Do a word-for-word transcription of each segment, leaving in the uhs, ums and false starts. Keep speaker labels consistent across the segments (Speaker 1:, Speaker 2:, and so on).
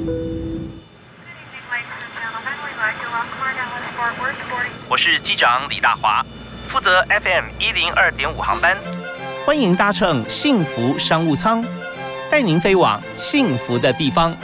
Speaker 1: 我是机长李大华，负责 F M 一零二点五航班。欢迎搭乘幸福商务舱，带您飞往幸福的地方。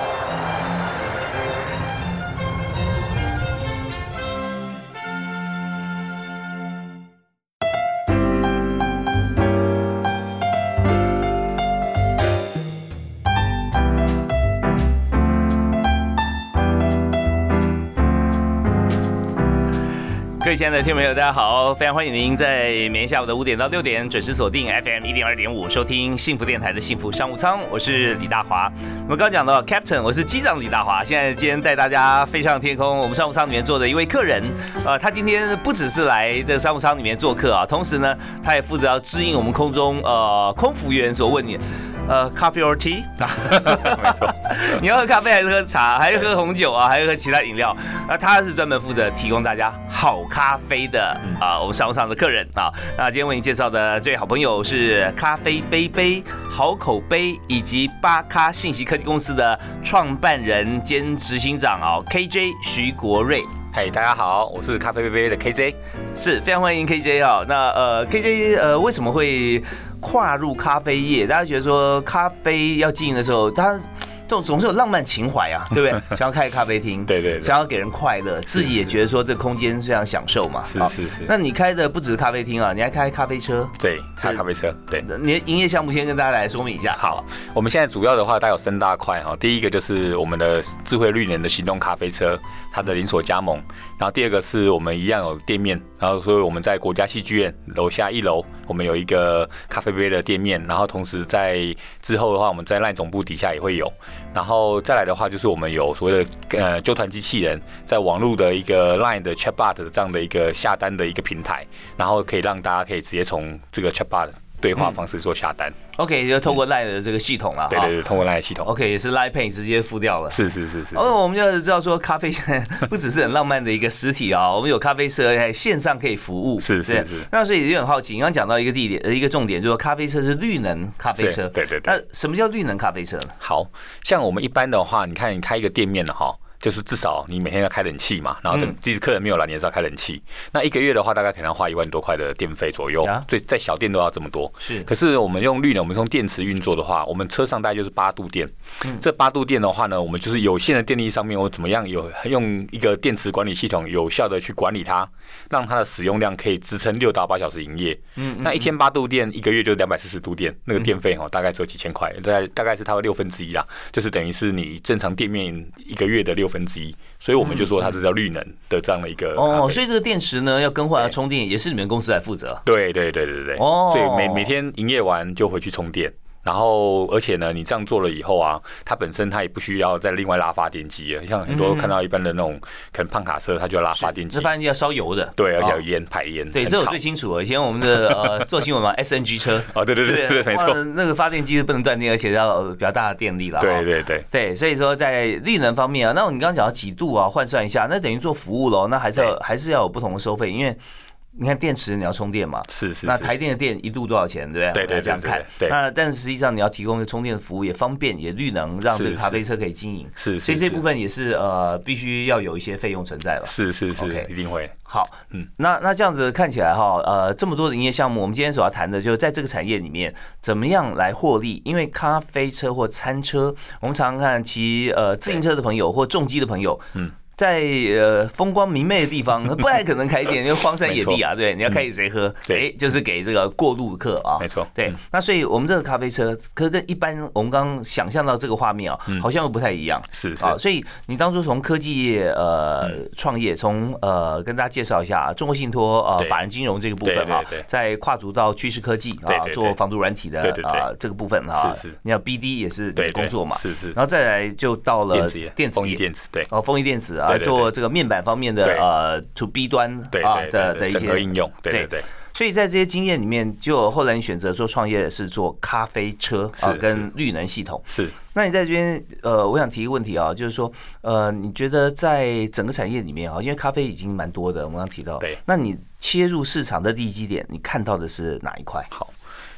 Speaker 1: 各位亲爱的听众朋友，大家好！非常欢迎您在每天下午的五点到六点准时锁定 F M 一零二点五，收听幸福电台的幸福商务舱。我是李大华。我们刚刚讲到 Captain， 我是机长李大华。现在今天带大家飞上天空，我们商务舱里面坐的一位客人，呃，他今天不只是来这个商务舱里面做客啊，同时呢，他也负责要指引我们空中呃空服员所问你。呃，咖啡 or tea？
Speaker 2: 没错，
Speaker 1: 你要喝咖啡还是喝茶，还是喝红酒啊，还是喝其他饮料？那他是专门负责提供大家好咖啡的啊、呃，我们商务舱的客人啊。那今天为你介绍的这位好朋友是咖啡杯杯、好口碑以及巴咖信息科技公司的创办人兼执行长啊 ，K J 徐国瑞。
Speaker 2: 嗨，大家好，我是咖啡杯杯的 K J，
Speaker 1: 是非常欢迎 K J 啊。那呃 ，K J 呃为什么会跨入咖啡业？大家觉得说咖啡要经营的时候，他总总是有浪漫情怀啊，对不对？想要开咖啡厅，
Speaker 2: 对对对，
Speaker 1: 想要给人快乐，自己也觉得说这个空间非常享受嘛。
Speaker 2: 是是是。
Speaker 1: 那你开的不只是咖啡厅啊，你还开咖啡车？
Speaker 2: 对，开咖啡车。对，
Speaker 1: 你的营业项目先跟大家来说明一下。
Speaker 2: 好，我们现在主要的话，大概有三大块哈。第一个就是我们的智慧绿能的行动咖啡车，它的连锁加盟。然后第二个是我们一样有店面，然后所以我们在国家戏剧院楼下一楼，我们有一个咖啡杯的店面。然后同时在之后的话，我们在 LINE 总部底下也会有。然后再来的话，就是我们有所谓的呃纠团机器人，在网络的一个 LINE 的 Chatbot 的这样的一个下单的一个平台，然后可以让大家可以直接从这个 Chatbot 对话方式做下单。
Speaker 1: 嗯、OK， 就透过 LINE 的这个系统了。
Speaker 2: 对对对，通过 LINE 系统。
Speaker 1: OK， 也是 LINE Pay 直接付掉了。
Speaker 2: 是是是是。
Speaker 1: 哦，我们就知道说，咖啡现在不只是很浪漫的一个实体啊，我们有咖啡车，还线上可以服务。
Speaker 2: 是是是。
Speaker 1: 那所以就很好奇，你刚刚讲到一个地点，一个重点，就是咖啡车是绿能咖啡车。
Speaker 2: 对对对。
Speaker 1: 那什么叫绿能咖啡车呢？
Speaker 2: 好像我们一般的话，你看你开一个店面了哈。就是至少你每天要开冷气嘛，然后等即使客人没有来，你也是要开冷气。那一个月的话，大概可能要花一万多块的电费左右，最在小店都要这么多。是，可是我们用绿能，我们用电池运作的话，我们车上大概就是八度电。嗯、这八度电的话呢，我们就是有限的电力上面，我怎么样有用一个电池管理系统，有效的去管理它，让它的使用量可以支撑六到八小时营业。嗯, 嗯，那一天八度电，一个月就两百四十度电，那个电费哦，大概只有几千块，大概大概是它的六分之一啦，就是等于是你正常店面一个月的六分之一，所以我们就说它是叫绿能的这样的一个
Speaker 1: 哦，所以这个电池呢要更换要充电，也是你们公司来负责。
Speaker 2: 对对对对对，哦，所以每每天营业完就回去充电。然后，而且呢，你这样做了以后啊，它本身它也不需要再另外拉发电机了。像很多看到一般的那种可能胖卡车，它就要拉发电机。
Speaker 1: 这发电机要烧油的，
Speaker 2: 对，而且有烟排烟。
Speaker 1: 对，这我最清楚了。以前我们的呃做新闻嘛 ，S N G 车。
Speaker 2: 哦，对对对对，没错。
Speaker 1: 那个发电机是不能断电，而且要比较大的电力了。
Speaker 2: 对对对
Speaker 1: 对，所以说在绿能方面啊，那你刚刚讲到几度啊，换算一下，那等于做服务喽，那还是要还是要有不同的收费，因为。你看电池你要充电嘛？
Speaker 2: 是是。
Speaker 1: 那台电的电一度多少钱？对不对？
Speaker 2: 对对，
Speaker 1: 这样看。对。那但是实际上你要提供一个充电的服务，也方便，也绿能，让这个咖啡车可以经营。
Speaker 2: 是。
Speaker 1: 所以这部分也是呃，必须要有一些费用存在了。
Speaker 2: 是是是，一定会。
Speaker 1: 好，嗯，那那这样子看起来哈，呃，这么多的营业项目，我们今天所要谈的就是在这个产业里面怎么样来获利。因为咖啡车或餐车，我们常常看骑呃自行车的朋友或重机的朋友，嗯。在呃风光明媚的地方，不太可能开店，因为荒山野地啊，对，你要开给谁喝？对，就是给这个过路客啊，
Speaker 2: 没错。
Speaker 1: 对，那所以我们这个咖啡车，可是跟一般我们刚刚想象到这个画面啊，好像又不太一样。
Speaker 2: 是
Speaker 1: 啊，所以你当初从科技业呃创业，从呃跟大家介绍一下中国信托呃法人金融这个部分啊，再跨足到趋势科技啊，做防毒软体的啊这个部分啊，是是，你要 B D 也是你的工作嘛，是是，然后再来就到了电子
Speaker 2: 丰益电子，对，
Speaker 1: 哦，丰益电子啊。做这个面板方面的呃 to B 端啊的的一些
Speaker 2: 应用，对对对。
Speaker 1: 所以在这些经验里面，就后来你选择做创业是做咖啡车啊，跟绿能系统。是。那你在这边呃，我想提一个问题啊，就是说呃，你觉得在整个产业里面啊，因为咖啡已经蛮多的，我们刚提到，对。那你切入市场的第一基点，你看到的是哪一块？
Speaker 2: 好。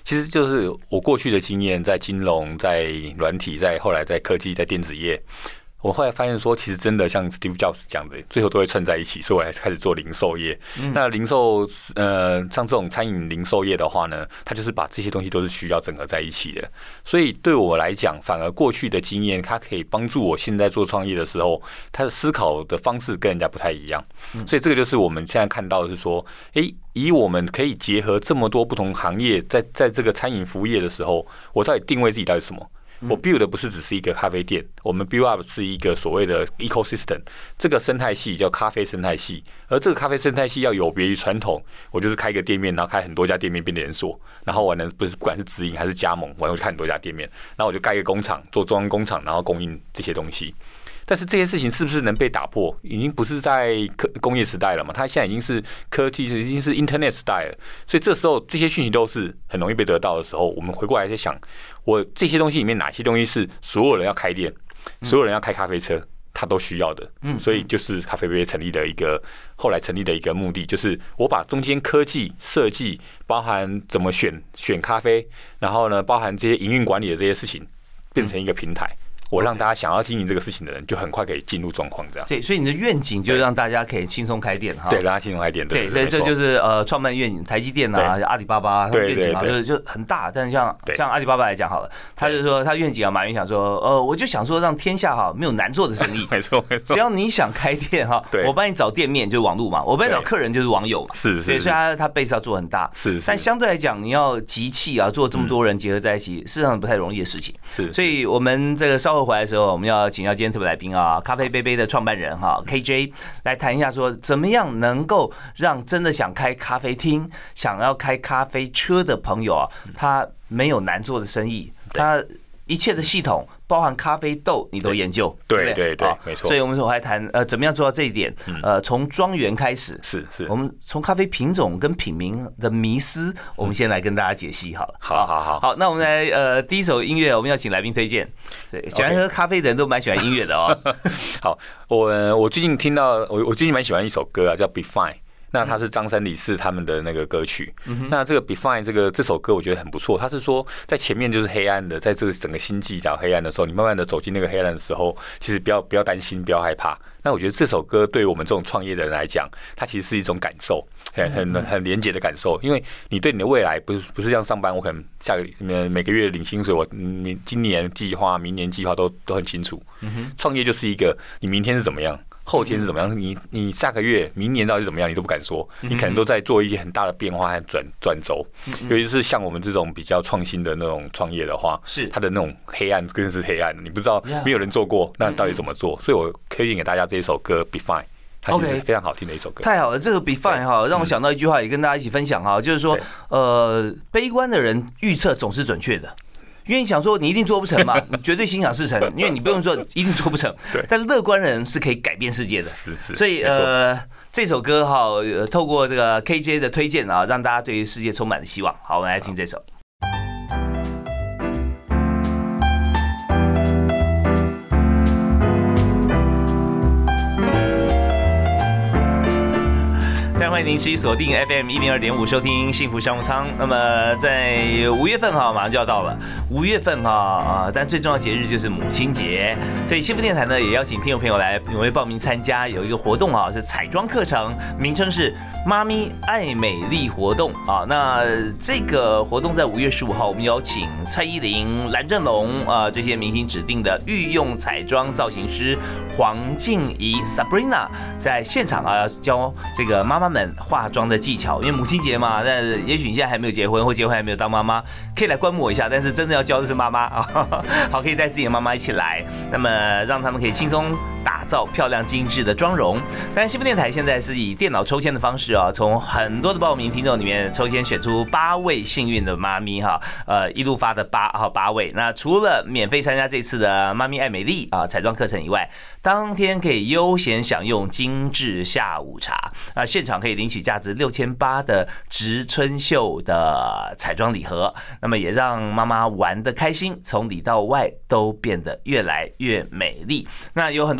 Speaker 2: 其实就是我过去的经验，在金融、在软体、在后来在科技、在电子业。我后来发现说，其实真的像 Steve Jobs 讲的，最后都会串在一起，所以我还是开始做零售业。嗯、那零售，呃，像这种餐饮零售业的话呢，它就是把这些东西都是需要整合在一起的。所以对我来讲，反而过去的经验，它可以帮助我现在做创业的时候，它的思考的方式跟人家不太一样。所以这个就是我们现在看到的是说，诶，以我们可以结合这么多不同行业，在在这个餐饮服务业的时候，我到底定位自己到底是什么？我 build 的不是只是一个咖啡店，我们 build up 是一个所谓的 ecosystem， 这个生态系叫咖啡生态系，而这个咖啡生态系要有别于传统，我就是开一个店面，然后开很多家店面变连锁，然后我能不是不管是直营还是加盟，我就开很多家店面，然后我就盖一个工厂，做中央工厂，然后供应这些东西。但是这些事情是不是能被打破？已经不是在科工业时代了嘛？它现在已经是科技，已经是 Internet 时代了。所以这时候这些讯息都是很容易被得到的时候，我们回过来在想，我这些东西里面哪些东西是所有人要开店，所有人要开咖啡车，他都需要的。所以就是咖啡杯成立的一个，后来成立的一个目的，就是我把中间科技设计，包含怎么选选咖啡，然后呢，包含这些营运管理的这些事情，变成一个平台。我让大家想要经营这个事情的人，就很快可以进入状况，这样。
Speaker 1: 对，所以你的愿景就是让大家可以轻松开店哈。
Speaker 2: 对，让他轻松开店。
Speaker 1: 对，所以这就是呃创办愿景，台积电啊、阿里巴巴，他愿景啊，就是就很大。但是像像阿里巴巴来讲好了，他就是说他愿景啊，马云想说，呃，我就想说让天下哈没有难做的生意。
Speaker 2: 没错没错。
Speaker 1: 只要你想开店哈，我帮你找店面就是网路嘛，我帮你找客人就是网友嘛。
Speaker 2: 是是。
Speaker 1: 所以他他 base 要做很大。
Speaker 2: 是是。
Speaker 1: 但相对来讲，你要集气啊，做这么多人结合在一起，事实上不太容易的事情。
Speaker 2: 是。
Speaker 1: 所以我们这个稍后回来的时候，我们要。请到今天特别来宾啊，咖啡杯杯的创办人哈 K J 来谈一下，说怎么样能够让真的想开咖啡厅、想要开咖啡车的朋友啊，他没有难做的生意，他一切的系统。包含咖啡豆，你都研究，
Speaker 2: 对对对，没错。
Speaker 1: 所以我们说还谈呃，怎么样做到这一点？呃，从庄园开始，
Speaker 2: 是是。
Speaker 1: 我们从咖啡品种跟品名的迷思，我们先来跟大家解析好了。
Speaker 2: 好好好，
Speaker 1: 好，那我们来呃，第一首音乐我们要请来宾推荐。对，喜欢喝咖啡的人都蛮喜欢音乐的哦。
Speaker 2: 好，我我最近听到我我最近蛮喜欢一首歌啊，叫 Be Fine。那它是张三李四他们的那个歌曲。嗯、那这个 Be Fine 这个这首歌我觉得很不错。它是说在前面就是黑暗的，在这个整个星际角黑暗的时候，你慢慢的走进那个黑暗的时候，其实不要不要担心，不要害怕。那我觉得这首歌对于我们这种创业的人来讲，它其实是一种感受，很很很连结的感受。因为你对你的未来不是不是像上班，我可能下个每个月领薪水，我明今年计划、明年计划都都很清楚。创业就是一个你明天是怎么样。后天是怎么样？你你下个月、明年到底是怎么样？你都不敢说，你可能都在做一些很大的变化和转转轴。尤其是像我们这种比较创新的那种创业的话，
Speaker 1: 是它
Speaker 2: 的那种黑暗更是黑暗，你不知道没有人做过，那到底怎么做？所以我推荐给大家这一首歌《Be Fine》，它其实非常好听的一首歌。
Speaker 1: 太好了，这个 Be Fine 哈，让我想到一句话，也跟大家一起分享哈，就是说，呃，悲观的人预测总是准确的。因为你想说你一定做不成嘛，你绝对心想事成，因为你不用做一定做不成。但乐观的人是可以改变世界的。
Speaker 2: 是是。
Speaker 1: 所以呃，这首歌哈，透过这个 K J 的推荐啊，让大家对于世界充满了希望。好，我们来听这首。非常欢迎您持续锁定 F M 一零二点五收听幸福商务舱。那么在五月份哈，马上就要到了五月份哈啊，但最重要的节日就是母亲节，所以幸福电台呢也邀请听众朋友来踊跃报名参加，有一个活动啊，是彩妆课程，名称是妈咪爱美丽活动啊。那这个活动在五月十五号，我们邀请蔡依林、蓝正龙啊这些明星指定的御用彩妆造型师黄静怡 Sabrina 在现场啊教这个妈妈们化妆的技巧。因为母亲节嘛，但也许你现在还没有结婚，或结婚还没有当妈妈，可以来观摩一下。但是真正要教的是妈妈啊，好，可以带自己的妈妈一起来，那么让他们可以轻松打造漂亮精致的妆容。但幸福电台现在是以电脑抽签的方式啊，从很多的报名听众里面抽签选出八位幸运的妈咪哈，呃，一路发的八哈八位。那除了免费参加这次的妈咪爱美丽啊彩妆课程以外，当天可以悠闲享用精致下午茶啊，现场可以领取价值六千八的植村秀的彩妆礼盒，那么也让妈妈玩得开心，从里到外都变得越来越美丽。那有很多活动想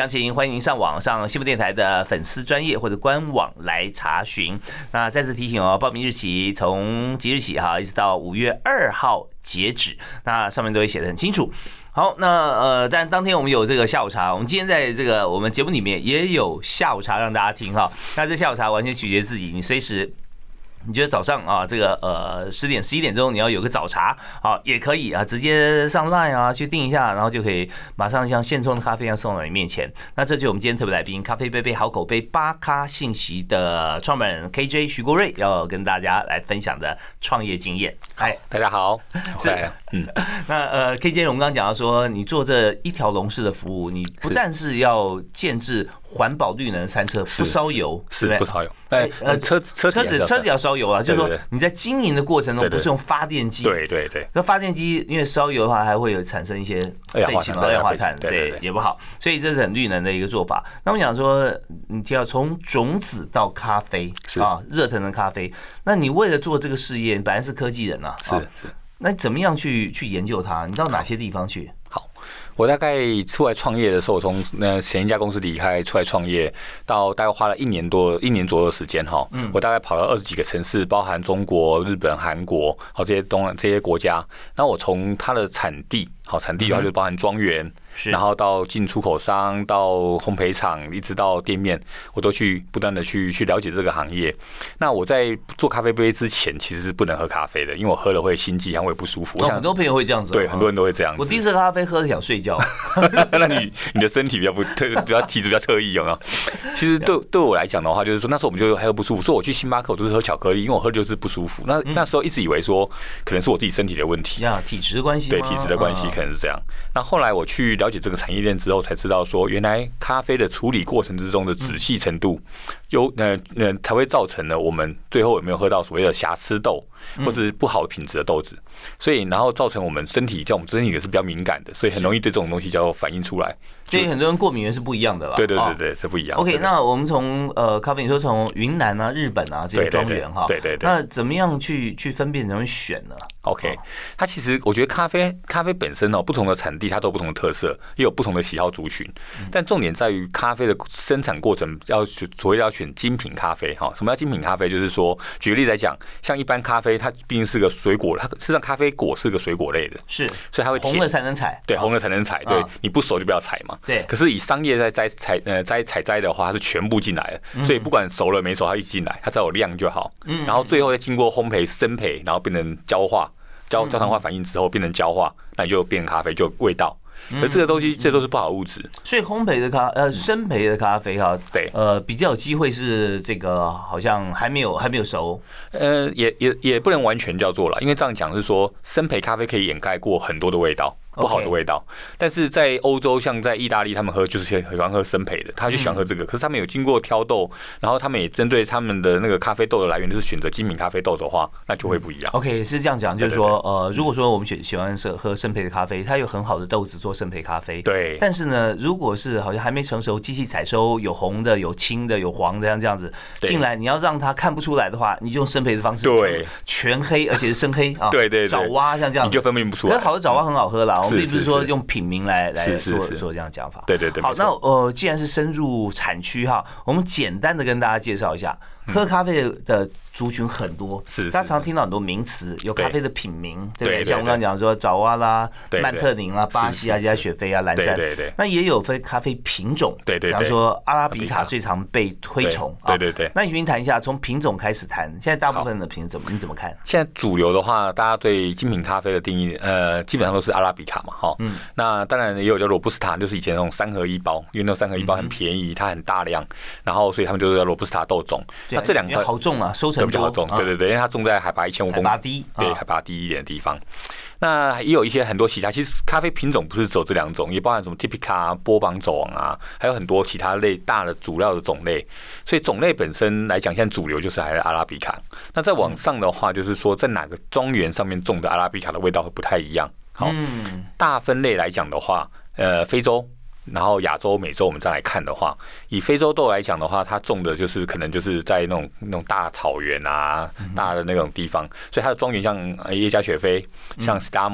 Speaker 1: 详情，欢迎您上网上幸福电台的粉丝专页或者官网来查询。那再次提醒哦，报名日期从即日起哈，一直到五月二号截止，那上面都会写得很清楚。好，那呃，但当天我们有这个下午茶，我们今天在这个我们节目里面也有下午茶让大家听哈。那这下午茶完全取决自己，你随时。你觉得早上啊，这个呃十点十一点钟你要有个早茶，好也可以啊，直接上 Line 啊去订一下，然后就可以马上像现冲的咖啡一样送到你面前。那这就是我们今天特别来宾，咖啡杯杯好口杯八咖信息的创办人 K J 徐国瑞，要跟大家来分享的创业经验。
Speaker 2: 嗨，大家好，
Speaker 1: 是嗯，那呃 K J 我们刚刚讲到说，你做这一条龙式的服务，你不但是要建制环保绿能餐车，不烧油，
Speaker 2: 是不烧油，哎呃车车
Speaker 1: 车子车子要烧油啊，就是说你在经营的过程中不是用发电机，
Speaker 2: 对对对，
Speaker 1: 那发电机因为烧油的话，还会有产生一些废气嘛，二氧化碳，对，也不好，所以这是很绿能的一个做法。那我们讲说，你提到从种子到咖啡啊，热腾腾咖啡，那你为了做这个事业，你本来是科技人啊，
Speaker 2: 是是，
Speaker 1: 那你怎么样去去研究它？你到哪些地方去？
Speaker 2: 好。我大概出来创业的时候，从那前一家公司离开出来创业，到大概花了一年多、一年左右的时间哈。我大概跑了二十几个城市，包含中国、日本、韩国，好这些东这些国家。那我从它的产地，好产地的话就包含庄园，然后到进出口商，到烘焙厂，一直到店面，我都去不断的去去了解这个行业。那我在做咖啡杯之前，其实是不能喝咖啡的，因为我喝了会心悸，还会不舒服。
Speaker 1: 很多朋友会这样子，
Speaker 2: 对，很多人都会这样子。
Speaker 1: 我第一次喝咖啡喝的想睡觉。
Speaker 2: 那你你的身体比较不特，比较体质比较特异，有没有？其实对对我来讲的话，就是说那时候我们就还有不舒服，所以我去星巴克我都是喝巧克力，因为我喝的就是不舒服。那那时候一直以为说可能是我自己身体的问题，
Speaker 1: 呀，体质的关系，
Speaker 2: 对体质的关系可能是这样。那后来我去了解这个产业链之后，才知道说原来咖啡的处理过程之中的仔细程度，有呃呃才会造成了我们最后有没有喝到所谓的瑕疵豆，或是不好品质的豆子。所以，然后造成我们身体，叫我们身体也是比较敏感的，所以很容易对这种东西叫反应出来。
Speaker 1: 所以很多人过敏源是不一样的啦。
Speaker 2: 对对对对，是不一样。
Speaker 1: OK， 那我们从呃咖啡，你说从云南啊、日本啊这些庄园哈，
Speaker 2: 对对对。
Speaker 1: 那怎么样去去分辨，怎么选呢
Speaker 2: ？OK， 它其实我觉得咖啡咖啡本身哦，不同的产地它都有不同的特色，也有不同的喜好族群。但重点在于咖啡的生产过程要所谓要选精品咖啡哈。什么叫精品咖啡？就是说，举个例子来讲，像一般咖啡，它毕竟是个水果，它事实上咖啡果是个水果类的，
Speaker 1: 是，
Speaker 2: 所以它会
Speaker 1: 红了才能采，
Speaker 2: 对，红了才能采，对，你不熟就不要采嘛。
Speaker 1: 对。
Speaker 2: 可是以商业在摘采呃摘采摘的话，它是全部进来的，所以不管熟了没熟，它一起进来，它只要有量就好。嗯。然后最后再经过烘焙、生焙，然后变成焦化。焦焦糖化反应之后变成焦化，那你就变成咖啡，就有味道。可这个东西，这都是不好物质。
Speaker 1: 所以烘焙的咖呃生焙的咖啡哈，
Speaker 2: 对，
Speaker 1: 呃比较有机会是这个好像还没有还没有熟。
Speaker 2: 呃，也也也不能完全叫做了，因为这样讲是说生焙咖啡可以掩盖过很多的味道。不好的味道， okay. 但是在欧洲，像在意大利，他们喝就是喜欢喝生焙的，他就喜欢喝这个。可是他们有经过挑豆，然后他们也针对他们的那个咖啡豆的来源，就是选择精品咖啡豆的话，那就会不一样。
Speaker 1: OK， 是这样讲，就是说，呃，如果说我们喜喜欢喝生焙的咖啡，它有很好的豆子做生焙咖啡，
Speaker 2: 对。
Speaker 1: 但是呢，如果是好像还没成熟，机器采收有红的、有青的、有黄的，像这样子进来，你要让它看不出来的话，你就用生焙的方式，
Speaker 2: 对，
Speaker 1: 全黑，而且是深黑啊，
Speaker 2: 对对，
Speaker 1: 爪哇像这样，
Speaker 2: 你就分辨不出来。
Speaker 1: 可是好的爪哇很好喝啦，我们并不是说用品名来来做做这样讲法。
Speaker 2: 对对对。
Speaker 1: 好，那呃，既然是深入产区哈，我们简单的跟大家介绍一下，喝咖啡的族群很多，
Speaker 2: 是
Speaker 1: 大家常听到很多名词，有咖啡的品名，对不对？像我们刚刚讲说爪哇啦、曼特宁啦、巴西啊、加雪菲啊、蓝山，
Speaker 2: 对对。
Speaker 1: 那也有分咖啡品种，
Speaker 2: 对对。
Speaker 1: 比方说阿拉比卡最常被推崇，
Speaker 2: 对对对。
Speaker 1: 那你先谈一下，从品种开始谈，现在大部分的品种你怎么看？
Speaker 2: 现在主流的话，大家对精品咖啡的定义，呃，基本上都是阿拉比卡嘛，哈，嗯。那当然也有叫罗布斯塔，就是以前那种三合一包，因为那种三合一包很便宜，它很大量，然后所以他们就叫罗布斯塔豆种。那这两个
Speaker 1: 好重啊，收成
Speaker 2: 比较好种，对对对，因为它种在海拔一千五公
Speaker 1: 海拔低，
Speaker 2: 对，海拔低一点的地方。那也有一些很多其他，其实咖啡品种不是只有这两种，也包含什么 Typica、波旁种啊，还有很多其他类大的主要的种类。所以种类本身来讲，现在主流就是还是阿拉比卡。那再往上的话，就是说在哪个庄园上面种的阿拉比卡的味道会不太一样。好，大分类来讲的话，呃，非洲。然后亚洲、美洲，我们再来看的话，以非洲豆来讲的话，它种的就是可能就是在那种那种大草原啊、大的那种地方，所以它的庄园像耶加雪菲、像 Stamo，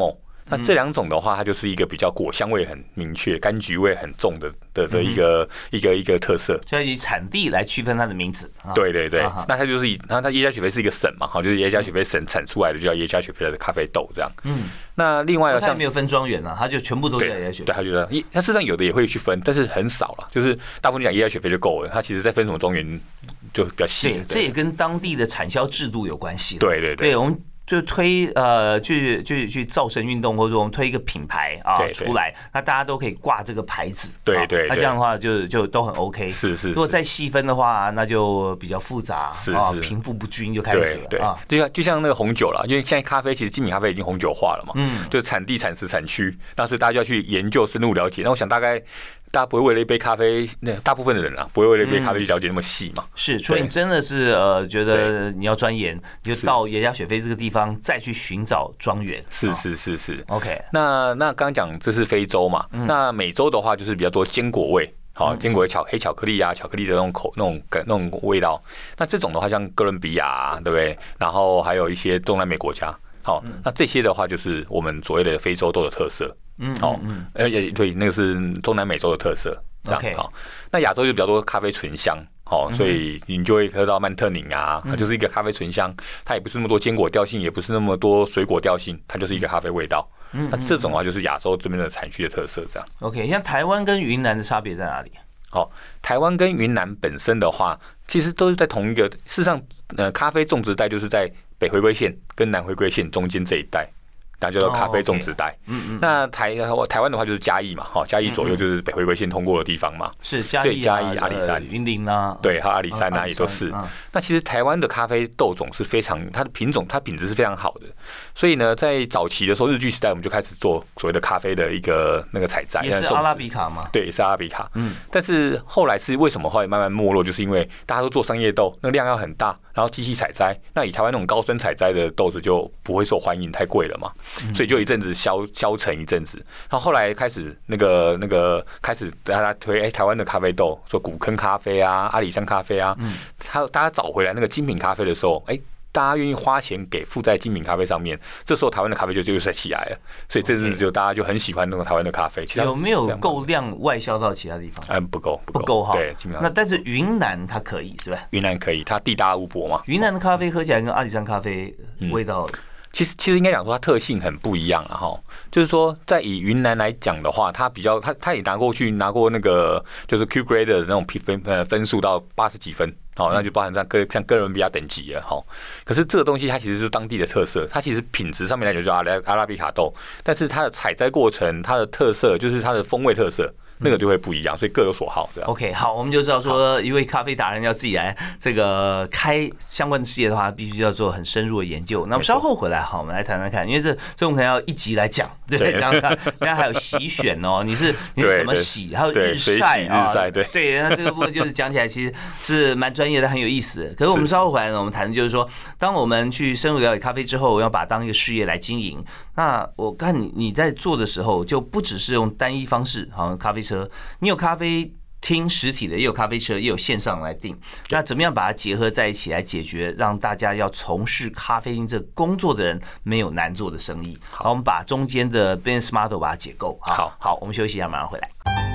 Speaker 2: 那这两种的话，它就是一个比较果香味很明确、柑橘味很重的的的一个、嗯、一个一个特色。
Speaker 1: 所以以产地来区分它的名字。
Speaker 2: 对对对，啊、那它就是以那它耶加雪菲是一个省嘛，好，就是耶加雪菲省产出来的就叫耶加雪菲的咖啡豆这样。嗯。那另外呢，像
Speaker 1: 它没有分庄园啊，它就全部都耶加雪菲。
Speaker 2: 对，它就这样。它事实上有的也会去分，但是很少了，就是大部分讲耶加雪菲就够了。它其实在分什么庄园就比较细。
Speaker 1: 对，这也跟当地的产销制度有关系。
Speaker 2: 对对对，
Speaker 1: 对我们。就推呃，去去去造神运动，或者我们推一个品牌啊出来，那大家都可以挂这个牌子。
Speaker 2: 对对，
Speaker 1: 那这样的话就就都很 OK。
Speaker 2: 是是。
Speaker 1: 如果再细分的话，那就比较复杂，
Speaker 2: 是是，
Speaker 1: 贫富不均就开始了。
Speaker 2: 对，就像就像那个红酒啦，因为现在咖啡其实精品咖啡已经红酒化了嘛，嗯，就是产地、产时、产区，那所以大家就要去研究、深入了解。那我想大概。大家不会为了一杯咖啡，那大部分的人啊，不会为了一杯咖啡去了解那么细嘛。
Speaker 1: 是，除非你真的是呃觉得你要钻研，你就到耶加雪菲这个地方再去寻找庄园。
Speaker 2: 是是是是
Speaker 1: ，OK。
Speaker 2: 那那刚刚讲这是非洲嘛，那美洲的话就是比较多坚果味，好，坚果巧黑巧克力啊，巧克力的那种口那种那种味道。那这种的话，像哥伦比亚、啊，对不对？然后还有一些中南美国家，好，那这些的话就是我们所谓的非洲豆的特色。嗯，好，呃，也对，那个是中南美洲的特色，这样好。那亚洲就比较多咖啡醇香，好，所以你就会喝到曼特宁啊，它就是一个咖啡醇香，它也不是那么多坚果调性，也不是那么多水果调性，它就是一个咖啡味道。那这种的话就是亚洲这边的产区的特色，这样。
Speaker 1: OK， 像台湾跟云南的差别在哪里？
Speaker 2: 好，台湾跟云南本身的话，其实都是在同一个，事实上，呃，咖啡种植带就是在北回归线跟南回归线中间这一带。那叫做咖啡种植带。嗯嗯。那台台湾的话就是嘉义嘛，哈，嘉义左右就是北回归线通过的地方嘛。
Speaker 1: 是嘉义、
Speaker 2: 嘉义、阿里山、
Speaker 1: 云林啊，
Speaker 2: 对，还有阿里山啊，也都是。那其实台湾的咖啡豆种是非常，它的品种、它品质是非常好的。所以呢，在早期的时候，日据时代，我们就开始做所谓的咖啡的一个那个采摘，
Speaker 1: 也是阿拉比卡嘛。
Speaker 2: 对，也是阿拉比卡。嗯。但是后来是为什么后来慢慢没落？就是因为大家都做商业豆，那个量要很大，然后机器采摘，那以台湾那种高深采摘的豆子就不会受欢迎，太贵了嘛。所以就一阵子消消沉一阵子，然后后来开始那个那个开始大家推哎、欸、台湾的咖啡豆，说古坑咖啡啊、阿里山咖啡啊，嗯，他大家找回来那个精品咖啡的时候，哎、欸。大家愿意花钱给付在精品咖啡上面，这时候台湾的咖啡就又在起来了，所以这次就大家就很喜欢那种台湾的咖啡。其实
Speaker 1: 有没有够量外销到其他地方？
Speaker 2: 嗯，不够，
Speaker 1: 不够哈。
Speaker 2: 对，
Speaker 1: 那但是云南它可以是吧？
Speaker 2: 云南可以，它地大物博嘛。
Speaker 1: 云南的咖啡喝起来跟阿里山咖啡味道、嗯，
Speaker 2: 其实其实应该讲说它特性很不一样啊哈。就是说，在以云南来讲的话，它比较它它也拿过去拿过那个就是 Q Grade 的那种分呃分数到八十几分。好，那就包含像哥像哥伦比亚等级了哈。可是这个东西它其实是当地的特色，它其实品质上面来讲叫阿拉阿拉比卡豆，但是它的采摘过程、它的特色就是它的风味特色。那个就会不一样，所以各有所好。这样
Speaker 1: OK， 好，我们就知道说，一位咖啡达人要自己来这个开相关的事业的话，必须要做很深入的研究。那么稍后回来，好，我们来谈谈看，因为这这我们可能要一集来讲，对，这样看。人家还有洗选哦，你是你是怎么洗，还有日晒啊，
Speaker 2: 对
Speaker 1: 对，那这个部分就是讲起来其实是蛮专业的，很有意思。可是我们稍后回来呢，我们谈的就是说，当我们去深入了解咖啡之后，要把它当一个事业来经营。那我看你你在做的时候，就不只是用单一方式，好像咖啡车，你有咖啡厅实体的，也有咖啡车，也有线上来订。那怎么样把它结合在一起来解决，让大家要从事咖啡厅这工作的人没有难做的生意？好，我们把中间的 business model 把它解构。
Speaker 2: 好，
Speaker 1: 好，我们休息一下，马上回来。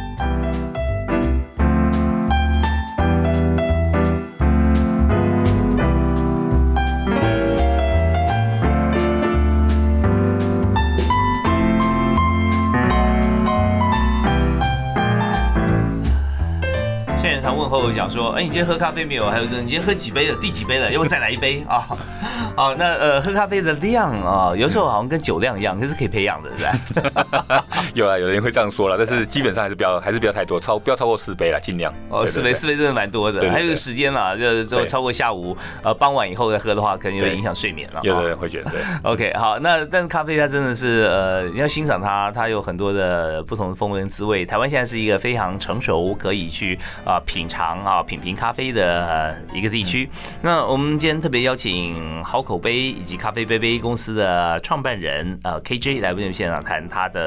Speaker 1: 常问候讲说，哎、欸，你今天喝咖啡没有？还有说你今天喝几杯了？第几杯了？要不再来一杯啊？好，那呃，喝咖啡的量啊，有时候好像跟酒量一样，可是可以培养的，对不对？
Speaker 2: 有啊，有人会这样说了，但是基本上还是不要，还是不要太多，超不要超过四杯了，尽量。
Speaker 1: 哦，四杯，四杯真的蛮多的。对对对，还有个时间啦，就是说超过下午呃傍晚以后再喝的话，可能有点影响睡眠了。
Speaker 2: 有的人会觉得。对
Speaker 1: OK， 好，那但是咖啡它真的是呃，你要欣赏它，它有很多的不同的风味跟滋味。台湾现在是一个非常成熟，可以去啊、呃、品尝啊品评咖啡的一个地区。那我们今天特别邀请好口碑以及咖啡杯杯公司的创办人呃 K J 来为我们现场谈他的经营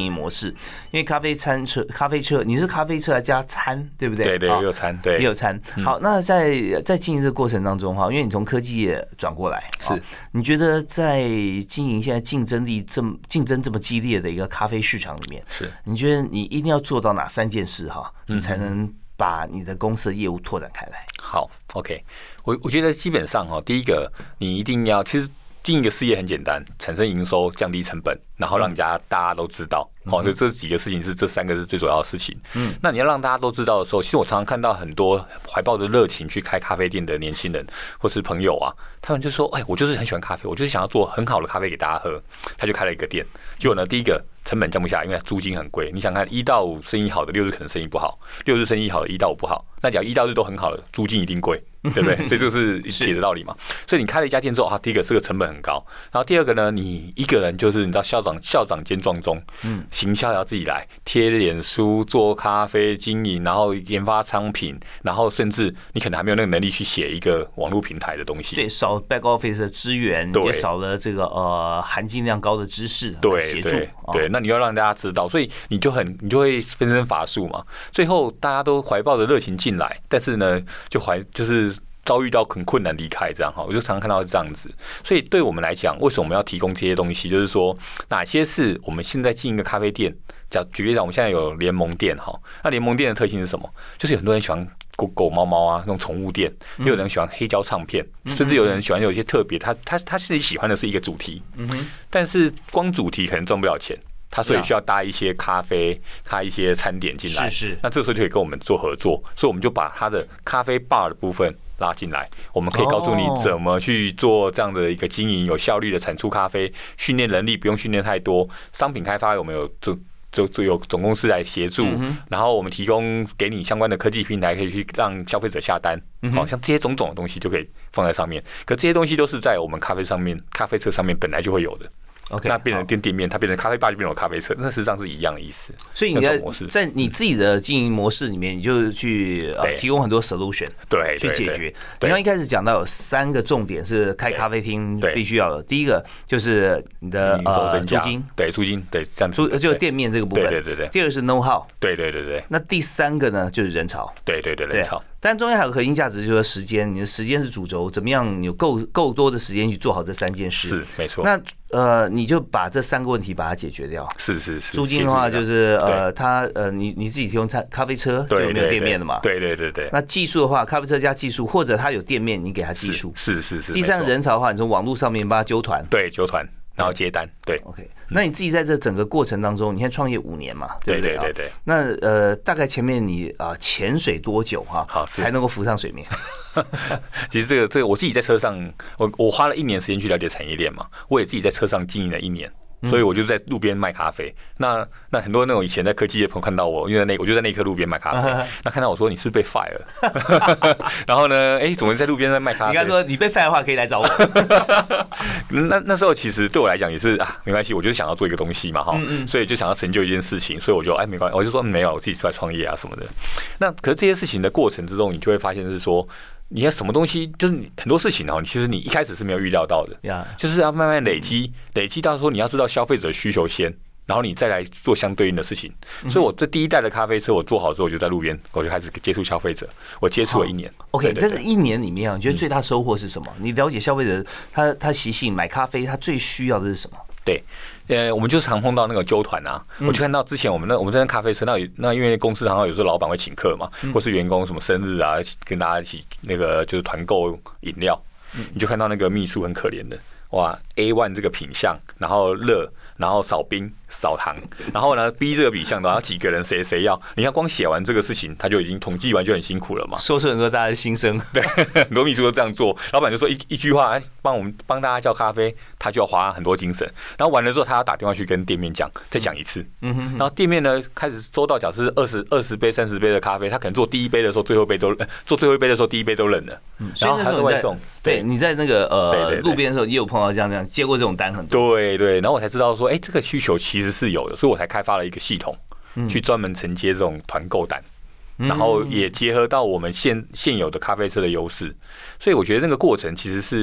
Speaker 1: 营模式，因为咖啡餐车、咖啡车，你是咖啡车还加餐，对不对？
Speaker 2: 对对，也有餐，对，
Speaker 1: 也有餐。好，那在在经营这个过程当中哈，因为你从科技业转过来，
Speaker 2: 是，
Speaker 1: 你觉得在经营现在竞争力这么竞争这么激烈的一个咖啡市场里面，
Speaker 2: 是，
Speaker 1: 你觉得你一定要做到哪三件事哈，你才能把你的公司的业务拓展开来？
Speaker 2: 好 ，OK， 我我觉得基本上哈，第一个你一定要，其实经营一个事业很简单，产生营收，降低成本，然后让人家大家都知道，好、嗯，所以这几个事情是这三个是最主要的事情。嗯，那你要让大家都知道的时候，其实我常常看到很多怀抱着热情去开咖啡店的年轻人或是朋友啊，他们就说，哎，我就是很喜欢咖啡，我就是想要做很好的咖啡给大家喝，他就开了一个店。结果呢，第一个成本降不下来，因为租金很贵。你想看一到五生意好的，六日可能生意不好；六日生意好的，一到五不好。那只要一到日都很好的，租金一定贵，对不对？所以这个是铁的道理嘛。所以你开了一家店之后啊，第一个这个成本很高，然后第二个呢，你一个人就是你知道校长校长兼撞钟，嗯，行销要自己来贴脸书、做咖啡经营，然后研发商品，然后甚至你可能还没有那个能力去写一个网络平台的东西。
Speaker 1: 对，少 back office 的资源，也少了这个呃含金量高的知识
Speaker 2: 对
Speaker 1: 协助。
Speaker 2: 对对，那你要让大家知道，所以你就很你就会分身乏术嘛。最后大家都怀抱着热情进来，但是呢，就怀就是遭遇到很困难离开这样哈，我就常常看到是这样子。所以对我们来讲，为什么我们要提供这些东西？就是说，哪些是我们现在进一个咖啡店，假举例讲，我们现在有联盟店哈，那联盟店的特性是什么？就是有很多人喜欢狗狗猫猫啊，那种宠物店，也有人喜欢黑胶唱片，甚至有人喜欢有一些特别，他他他自己喜欢的是一个主题，但是光主题可能赚不了钱。他所以需要搭一些咖啡、搭一些餐点进来，
Speaker 1: 是是。
Speaker 2: 那这个时候就可以跟我们做合作，所以我们就把他的咖啡 bar 的部分拉进来，我们可以告诉你怎么去做这样的一个经营，有效率的产出咖啡，训练人力不用训练太多，商品开发我们有就就就有总公司来协助，嗯、然后我们提供给你相关的科技平台，可以去让消费者下单，好、嗯、像这些种种的东西就可以放在上面。可这些东西都是在我们咖啡上面、咖啡车上面本来就会有的。
Speaker 1: OK，
Speaker 2: 那变成店店面，它变成咖啡吧就变成咖啡车，那实际上是一样的意思。
Speaker 1: 所以你在在你自己的经营模式里面，你就去呃提供很多 solution，
Speaker 2: 对，
Speaker 1: 去解决。你刚一开始讲到有三个重点是开咖啡厅必须要的，第一个就是你的呃租金，
Speaker 2: 对租金，对这样
Speaker 1: 租就是店面这个部分，
Speaker 2: 对对对对。
Speaker 1: 第二个是 know how，
Speaker 2: 对对对对。
Speaker 1: 那第三个呢就是人潮，
Speaker 2: 对对对人潮。
Speaker 1: 但中间还有核心价值，就是时间，你的时间是主轴，怎么样你有够够多的时间去做好这三件事？
Speaker 2: 是没错。
Speaker 1: 那呃，你就把这三个问题把它解决掉。
Speaker 2: 是是是。
Speaker 1: 租金的话，就是呃，他呃，你你自己提供咖咖啡车就没有店面的嘛？
Speaker 2: 对对对对。
Speaker 1: 那技术的话，咖啡车加技术，或者他有店面，你给他技术。
Speaker 2: 是是是。
Speaker 1: 第三个人潮的话，你从网络上面帮他揪团。
Speaker 2: 对，揪团。然后接单，对
Speaker 1: ，OK。那你自己在这整个过程当中，你看创业五年嘛，对不对？
Speaker 2: 对对对。
Speaker 1: 那呃，大概前面你啊潜水多久哈，才能够浮上水面？
Speaker 2: 其实这个这个我自己在车上，我我花了一年时间去了解产业链嘛，我也自己在车上经营了一年。所以我就在路边卖咖啡。那那很多那种以前在科技业朋友看到我，因为那我就在那一刻路边卖咖啡。那看到我说你是不是被 fire 了？然后呢，哎，怎么在路边在卖咖啡？
Speaker 1: 你刚说你被 fire 的话，可以来找我。
Speaker 2: 那那时候其实对我来讲也是啊，没关系，我就是想要做一个东西嘛，哈，所以就想要成就一件事情，所以我就哎没关系，我就说没有，我自己出来创业啊什么的。那可是这些事情的过程之中，你就会发现是说。你要什么东西，就是你很多事情哦，其实你一开始是没有预料到的，
Speaker 1: yeah.
Speaker 2: 就是要慢慢累积，累积到说你要知道消费者需求先，然后你再来做相对应的事情。嗯、所以我这第一代的咖啡车我做好之后，我就在路边，我就开始接触消费者，我接触了一年。
Speaker 1: OK， 在这一年里面啊，你觉得最大收获是什么？嗯、你了解消费者他他习性，买咖啡他最需要的是什么？
Speaker 2: 对。呃，我们就常碰到那个揪团啊，我就看到之前我们那我们这边咖啡车，那那因为公司常常有时候老板会请客嘛，或是员工什么生日啊，跟大家一起那个就是团购饮料，你就看到那个秘书很可怜的，哇 ，A 一 这个品项，然后热，然后少冰少糖，然后呢 B 这个品项，然后几个人谁谁要，你看光写完这个事情，他就已经统计完就很辛苦了嘛，
Speaker 1: 说出很多大家的心声，
Speaker 2: 对，很多秘书都这样做，老板就说一一句话，帮我们帮大家叫咖啡，他就要花很多精神，然后完了之后他要打电话去跟店面讲，再讲一次，嗯哼，然后店面呢开始收到假设二十二十杯三十杯的咖啡，他可能做第一杯的时候，最后一杯都做最后一杯的时候，第一杯都冷了，嗯，然后还是外送，
Speaker 1: 对，你在那个呃路边的时候也有碰到这样这样接过这种单很
Speaker 2: 多，对对，然后我才知道说，哎，这个需求其实是有的，所以我才开发了一个系统，去专门承接这种团购单。然后也结合到我们现现有的咖啡车的优势，所以我觉得那个过程其实是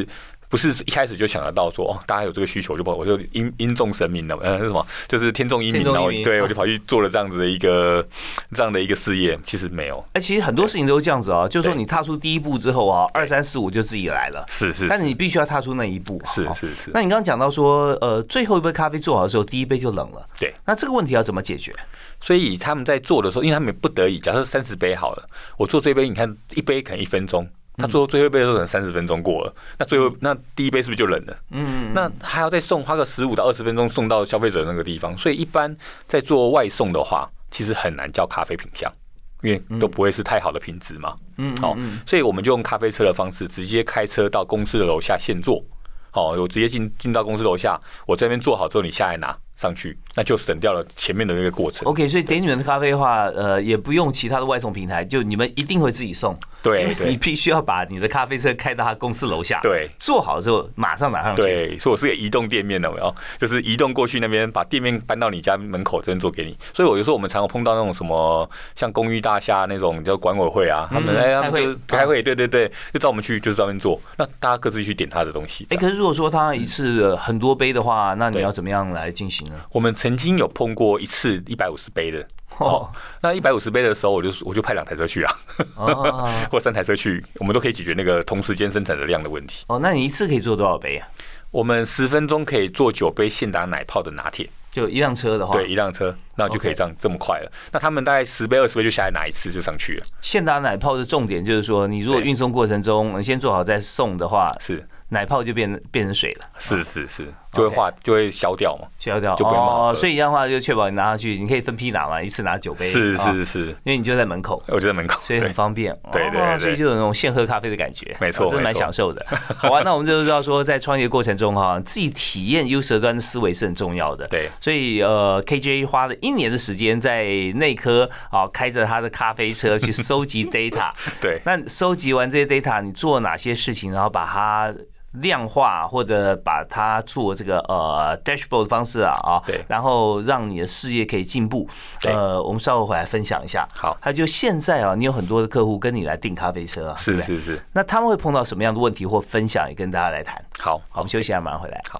Speaker 2: 不是一开始就想得到说，哦，大家有这个需求，就我就因因众神明了，呃，是什么？就是天众英明，然后对我就跑去做了这样子的一个这样的一个事业。其实没有，
Speaker 1: 哎、欸，其实很多事情都是这样子啊，就是说你踏出第一步之后啊，二三四五就自己来了，
Speaker 2: 是是，
Speaker 1: 但是你必须要踏出那一步，
Speaker 2: 是是是。
Speaker 1: 那你刚刚讲到说，呃，最后一杯咖啡做好的时候，第一杯就冷了，
Speaker 2: 对，
Speaker 1: 那这个问题要怎么解决？
Speaker 2: 所以他们在做的时候，因为他们不得已，假设三十杯好了，我做这杯，你看一杯可能一分钟。他最后最后一杯的时候可能三十分钟过了，那最后那第一杯是不是就冷了？嗯，那还要再送花个十五到二十分钟送到消费者那个地方，所以一般在做外送的话，其实很难叫咖啡品项，因为都不会是太好的品质嘛。嗯，好，所以我们就用咖啡车的方式，直接开车到公司的楼下现做。好，我直接进进到公司楼下，我这边做好之后，你下来拿上去，那就省掉了前面的那个过程。
Speaker 1: OK， 所以给你们的咖啡的话，呃，也不用其他的外送平台，就你们一定会自己送。
Speaker 2: 对对，
Speaker 1: 你必须要把你的咖啡车开到他公司楼下，
Speaker 2: 对，
Speaker 1: 做好之后马上拿上去。
Speaker 2: 对，所以我是个移动店面的，有没有？就是移动过去那边，把店面搬到你家门口这边做给你。所以我有时候我们常常碰到那种什么像公寓大厦那种叫管委会啊，他们哎、嗯欸、他们就开会，对对对，就找我们去就是专门做，那大家各自去点他的东西。
Speaker 1: 哎、欸，可是如果说他一次很多杯的话，那你要怎么样来进行呢？
Speaker 2: 我们曾经有碰过一次一百五十杯的。哦，那一百五十杯的时候，我就我就派两台车去啊，哦、或三台车去，我们都可以解决那个同时间生产的量的问题。
Speaker 1: 哦，那你一次可以做多少杯啊？
Speaker 2: 我们十分钟可以做九杯现打奶泡的拿铁，
Speaker 1: 就一辆车的话，
Speaker 2: 对，一辆车，那就可以这样这么快了。那他们大概十杯二十杯就下来拿一次就上去了。
Speaker 1: 现打奶泡的重点就是说，你如果运送过程中你先做好再送的话，
Speaker 2: 是。
Speaker 1: 奶泡就变变成水了，
Speaker 2: 是是是，就会化就会消掉嘛，
Speaker 1: 消掉
Speaker 2: 就不会冒。
Speaker 1: 哦，所以这样的话就确保你拿上去，你可以分批拿嘛，一次拿九杯。
Speaker 2: 是是是，
Speaker 1: 因为你就在门口，
Speaker 2: 我就在门口，
Speaker 1: 所以很方便。
Speaker 2: 对对对，
Speaker 1: 所以就有那种现喝咖啡的感觉，
Speaker 2: 没错，
Speaker 1: 真的蛮享受的。好啊，那我们就知道说，在创业过程中哈，自己体验 user 端的思维是很重要的。
Speaker 2: 对，
Speaker 1: 所以呃 ，K J 花了一年的时间在内科啊，开着他的咖啡车去收集 data。
Speaker 2: 对，
Speaker 1: 那收集完这些 data， 你做哪些事情，然后把它量化或者把它做这个呃 dashboard 的方式啊啊，
Speaker 2: 对，
Speaker 1: 然后让你的事业可以进步。呃，我们稍后回来分享一下。
Speaker 2: 好，
Speaker 1: 他就现在啊，你有很多的客户跟你来订咖啡车啊，
Speaker 2: 是是是。
Speaker 1: 那他们会碰到什么样的问题或分享，也跟大家来谈。
Speaker 2: 好，
Speaker 1: 好，我们休息一下，马上回来。
Speaker 2: 好。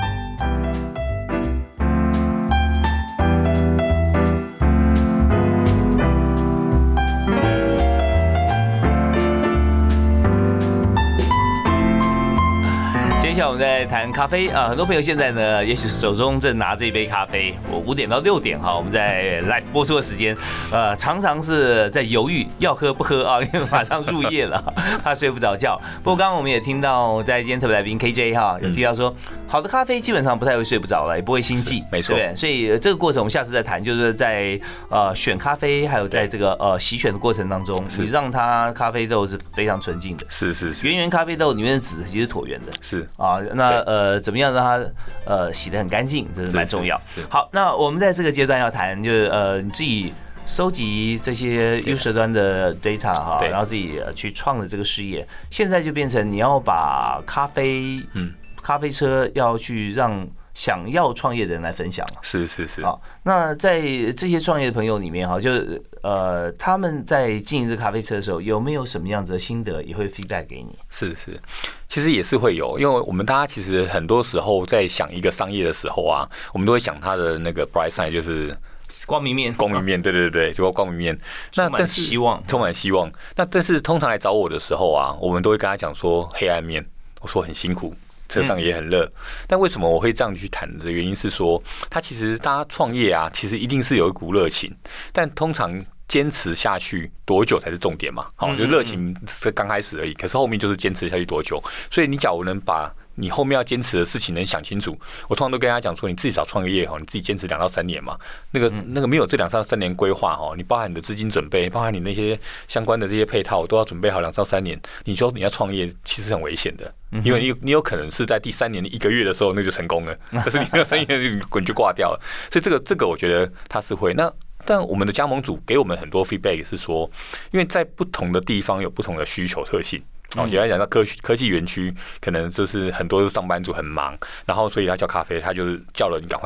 Speaker 1: 接下来我们在谈咖啡啊，很多朋友现在呢，也许手中正拿着一杯咖啡。我五点到六点哈，我们在 live 播出的时间，呃，常常是在犹豫要喝不喝啊，因为马上入夜了，怕睡不着觉。不过刚刚我们也听到，在今天特别来宾 K J 哈，有提到说，好的咖啡基本上不太会睡不着了，也不会心悸，
Speaker 2: 没错。
Speaker 1: 对，所以这个过程我们下次再谈，就是在呃选咖啡，还有在这个呃洗选的过程当中，你让它咖啡豆是非常纯净的，
Speaker 2: 是是是，
Speaker 1: 圆圆咖啡豆里面的籽其实椭圆的，
Speaker 2: 是。
Speaker 1: 啊，那呃，怎么样让它呃洗得很干净，这是蛮重要。好，那我们在这个阶段要谈，就是呃，你自己收集这些 user 端的 data 哈，然后自己去创的这个事业，现在就变成你要把咖啡，嗯，咖啡车要去让想要创业的人来分享。
Speaker 2: 是是是。
Speaker 1: 好，那在这些创业的朋友里面哈，就是呃，他们在经营这咖啡车的时候，有没有什么样子的心得，也会 feedback 给你？
Speaker 2: 是是。其实也是会有，因为我们大家其实很多时候在想一个商业的时候啊，我们都会想它的那个 bright side， 就是
Speaker 1: 光明面，
Speaker 2: 光明面，对对对，就光明面。
Speaker 1: 那但是希望，
Speaker 2: 充满希望。那但是通常来找我的时候啊，我们都会跟他讲说黑暗面，我说很辛苦，车上也很热。嗯、但为什么我会这样去谈的原因是说，他其实大家创业啊，其实一定是有一股热情，但通常坚持下去多久才是重点嘛？好，就热情是刚开始而已，可是后面就是坚持下去多久。所以你假如能把你后面要坚持的事情能想清楚，我通常都跟大家讲说，你自己找创业哈，你自己坚持两到三年嘛。那个那个没有这两到三年规划哈，你包含你的资金准备，包含你那些相关的这些配套，都要准备好两到三年。你说你要创业，其实很危险的，因为你你有可能是在第三年的一个月的时候那就成功了，可是你没有三年就滚就挂掉了。所以这个这个我觉得他是会那。但我们的加盟主给我们很多 feedback 是说，因为在不同的地方有不同的需求特性。哦，简单讲到科科技园区，可能就是很多上班族很忙，然后所以他叫咖啡，他就是叫了你赶快来，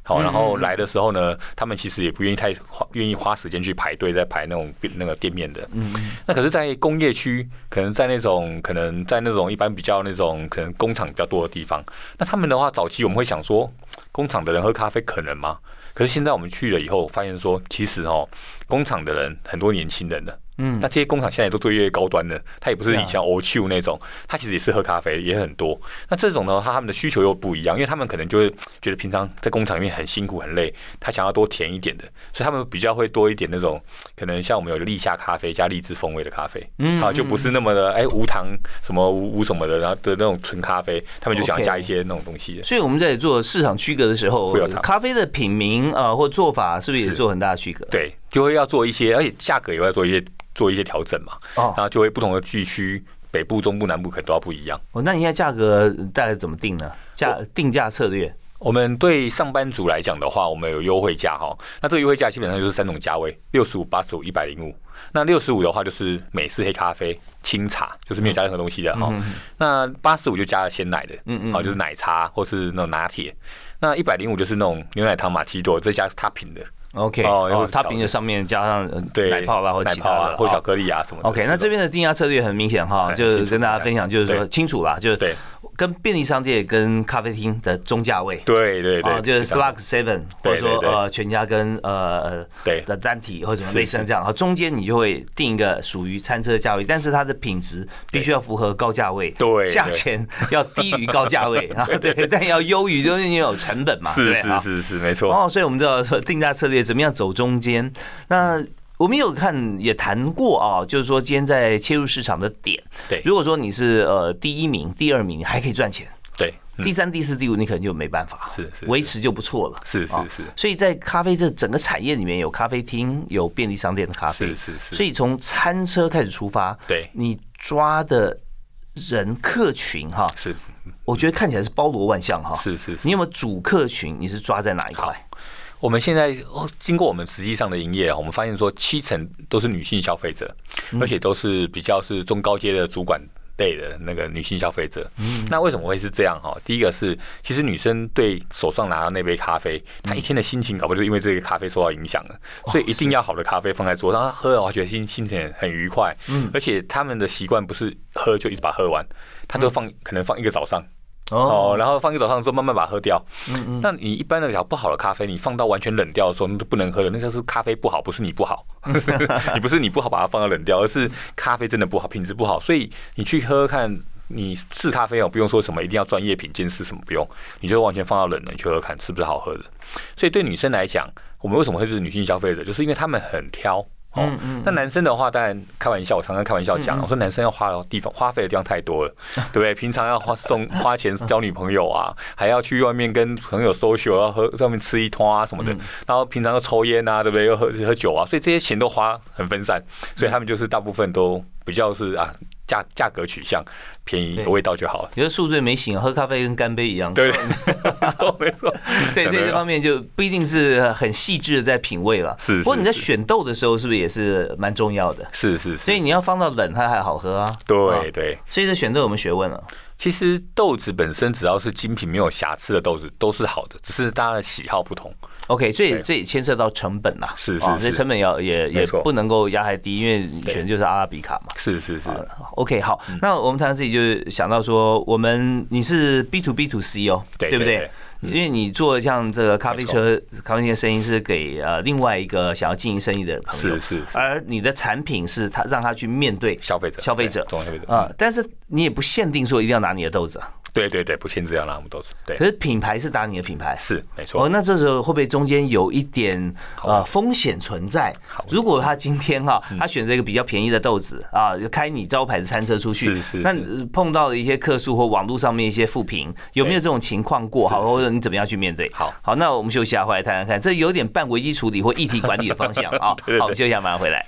Speaker 2: 好，然后来的时候呢，他们其实也不愿意太愿意花时间去排队，在排那种那个店面的。嗯，那可是，在工业区，可能在那种可能在那种一般比较那种可能工厂比较多的地方，那他们的话，早期我们会想说，工厂的人喝咖啡可能吗？可是现在我们去了以后，发现说，其实哦，工厂的人很多年轻人的。嗯，那这些工厂现在都做越高端的，它也不是以前 old chill 那种，它其实也是喝咖啡，也很多。那这种呢，他们的需求又不一样，因为他们可能就会觉得平常在工厂里面很辛苦很累，他想要多甜一点的，所以他们比较会多一点那种，可能像我们有立夏咖啡加荔枝风味的咖啡，嗯，啊，就不是那么的哎无糖什么无无什么的，然后的那种纯咖啡，他们就想要加一些那种东西。
Speaker 1: 所以我们在做市场区隔的时候，咖啡的品名啊、呃、或做法是不是也做很大的区隔？
Speaker 2: 对，就会要做一些，而且价格也会做一些。做一些调整嘛，哦，然后就会不同的地区，北部、中部、南部可能都要不一样。
Speaker 1: 哦，那你现在价格大概怎么定呢？价定价策略？
Speaker 2: 我们对上班族来讲的话，我们有优惠价哈。那这个优惠价基本上就是三种价位：六十五、八十五、一百零五。那六十五的话就是美式黑咖啡、清茶，就是没有加任何东西的哈。嗯嗯、那八十五就加了鲜奶的，嗯嗯，好，就是奶茶或是那种拿铁。那一百零五就是那种牛奶糖玛奇朵，再加 topping 的。
Speaker 1: OK， 哦，它瓶子上面加上奶泡啦，或其他的，
Speaker 2: 或巧克力啊什么的。
Speaker 1: OK， 那这边的定价策略很明显哈，就是跟大家分享，就是说清楚啦，就是跟便利商店跟咖啡厅的中价位。
Speaker 2: 对对对，
Speaker 1: 就是 Starbucks Seven， 或者说呃全家跟呃
Speaker 2: 对
Speaker 1: 的单体或者类似这样，然后中间你就会定一个属于餐车价位，但是它的品质必须要符合高价位，
Speaker 2: 对，
Speaker 1: 价钱要低于高价位啊，对，但要优于，就是你有成本嘛，
Speaker 2: 是是是是没错。
Speaker 1: 哦，所以我们知道定价策略怎么样走中间。那我们有看也谈过啊，就是说今天在切入市场的点，
Speaker 2: 对，
Speaker 1: 如果说你是呃第一名、第二名还可以赚钱，
Speaker 2: 对，
Speaker 1: 嗯、第三、第四、第五你可能就没办法，
Speaker 2: 是是
Speaker 1: 维持就不错了，
Speaker 2: 是是是。
Speaker 1: 所以在咖啡这整个产业里面，有咖啡厅，有便利商店的咖啡，
Speaker 2: 是是是。
Speaker 1: 所以从餐车开始出发，
Speaker 2: 对，
Speaker 1: 你抓的人客群哈，
Speaker 2: 是，
Speaker 1: 我觉得看起来是包罗万象哈，
Speaker 2: 是是是。
Speaker 1: 你有没有主客群？你是抓在哪一块？
Speaker 2: 我们现在经过我们实际上的营业，我们发现说七成都是女性消费者，而且都是比较是中高阶的主管类的那个女性消费者。那为什么会是这样哈？第一个是，其实女生对手上拿的那杯咖啡，她一天的心情搞不好就是因为这个咖啡受到影响了，所以一定要好的咖啡放在桌上，她喝了我觉得心心情很愉快。而且他们的习惯不是喝就一直把它喝完，他都放可能放一个早上。哦，然后放一个早上之后慢慢把它喝掉。嗯嗯。那你一般的讲不好的咖啡，你放到完全冷掉的时候，那就不能喝了。那就是咖啡不好，不是你不好。你不是你不好把它放到冷掉，而是咖啡真的不好，品质不好。所以你去喝喝看，你试咖啡哦，不用说什么一定要专业品鉴识什么不用，你就完全放到冷了，你去喝喝看是不是好喝的。所以对女生来讲，我们为什么会是女性消费者，就是因为她们很挑。哦，那男生的话，当然开玩笑，我常常开玩笑讲，我说男生要花的地方、花费的地方太多了，对不对？平常要花送花钱交女朋友啊，还要去外面跟朋友 social， 要喝外面吃一通啊什么的，然后平常要抽烟啊，对不对？又喝喝酒啊，所以这些钱都花很分散，所以他们就是大部分都比较是啊。价价格取向，便宜有味道就好了。
Speaker 1: 你说宿醉没醒，喝咖啡跟干杯一样。
Speaker 2: 对，没错没错。
Speaker 1: 在这些方面就不一定是很细致的在品味了。
Speaker 2: 是。
Speaker 1: 不过你在选豆的时候，是不是也是蛮重要的？
Speaker 2: 是是是。
Speaker 1: 所以你要放到冷，它还好喝啊。
Speaker 2: 对对。
Speaker 1: 所以这选豆有没有学问了？
Speaker 2: 其实豆子本身只要是精品没有瑕疵的豆子都是好的，只是大家的喜好不同。
Speaker 1: OK， 所以这也牵涉到成本啦，
Speaker 2: 是是是，
Speaker 1: 所以成本要也也不能够压太低，因为选的就是阿拉比卡嘛。
Speaker 2: 是是是。
Speaker 1: OK， 好，那我们谈到这里就是想到说，我们你是 B to B to C 哦，对不对？因为你做像这个咖啡车、咖啡店的生意是给呃另外一个想要经营生意的朋友，
Speaker 2: 是是，
Speaker 1: 而你的产品是他让他去面对
Speaker 2: 消费者、
Speaker 1: 消费者、
Speaker 2: 中消费者
Speaker 1: 啊，但是你也不限定说一定要拿你的豆子啊。
Speaker 2: 对对对，不限制要拿我们豆子。对，
Speaker 1: 可是品牌是打你的品牌，
Speaker 2: 是没错。
Speaker 1: 哦，那这时候会不会中间有一点呃风险存在？如果他今天哈，他选择一个比较便宜的豆子啊，开你招牌的餐车出去，
Speaker 2: 是是，
Speaker 1: 那碰到了一些客诉或网络上面一些负评，有没有这种情况过？好，或者你怎么样去面对？
Speaker 2: 好，
Speaker 1: 好，那我们休息一下，回来谈谈看，这有点半危机处理或议题管理的方向啊。好，我们休息一下，马上回来。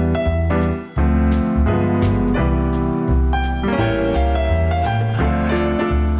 Speaker 1: 喝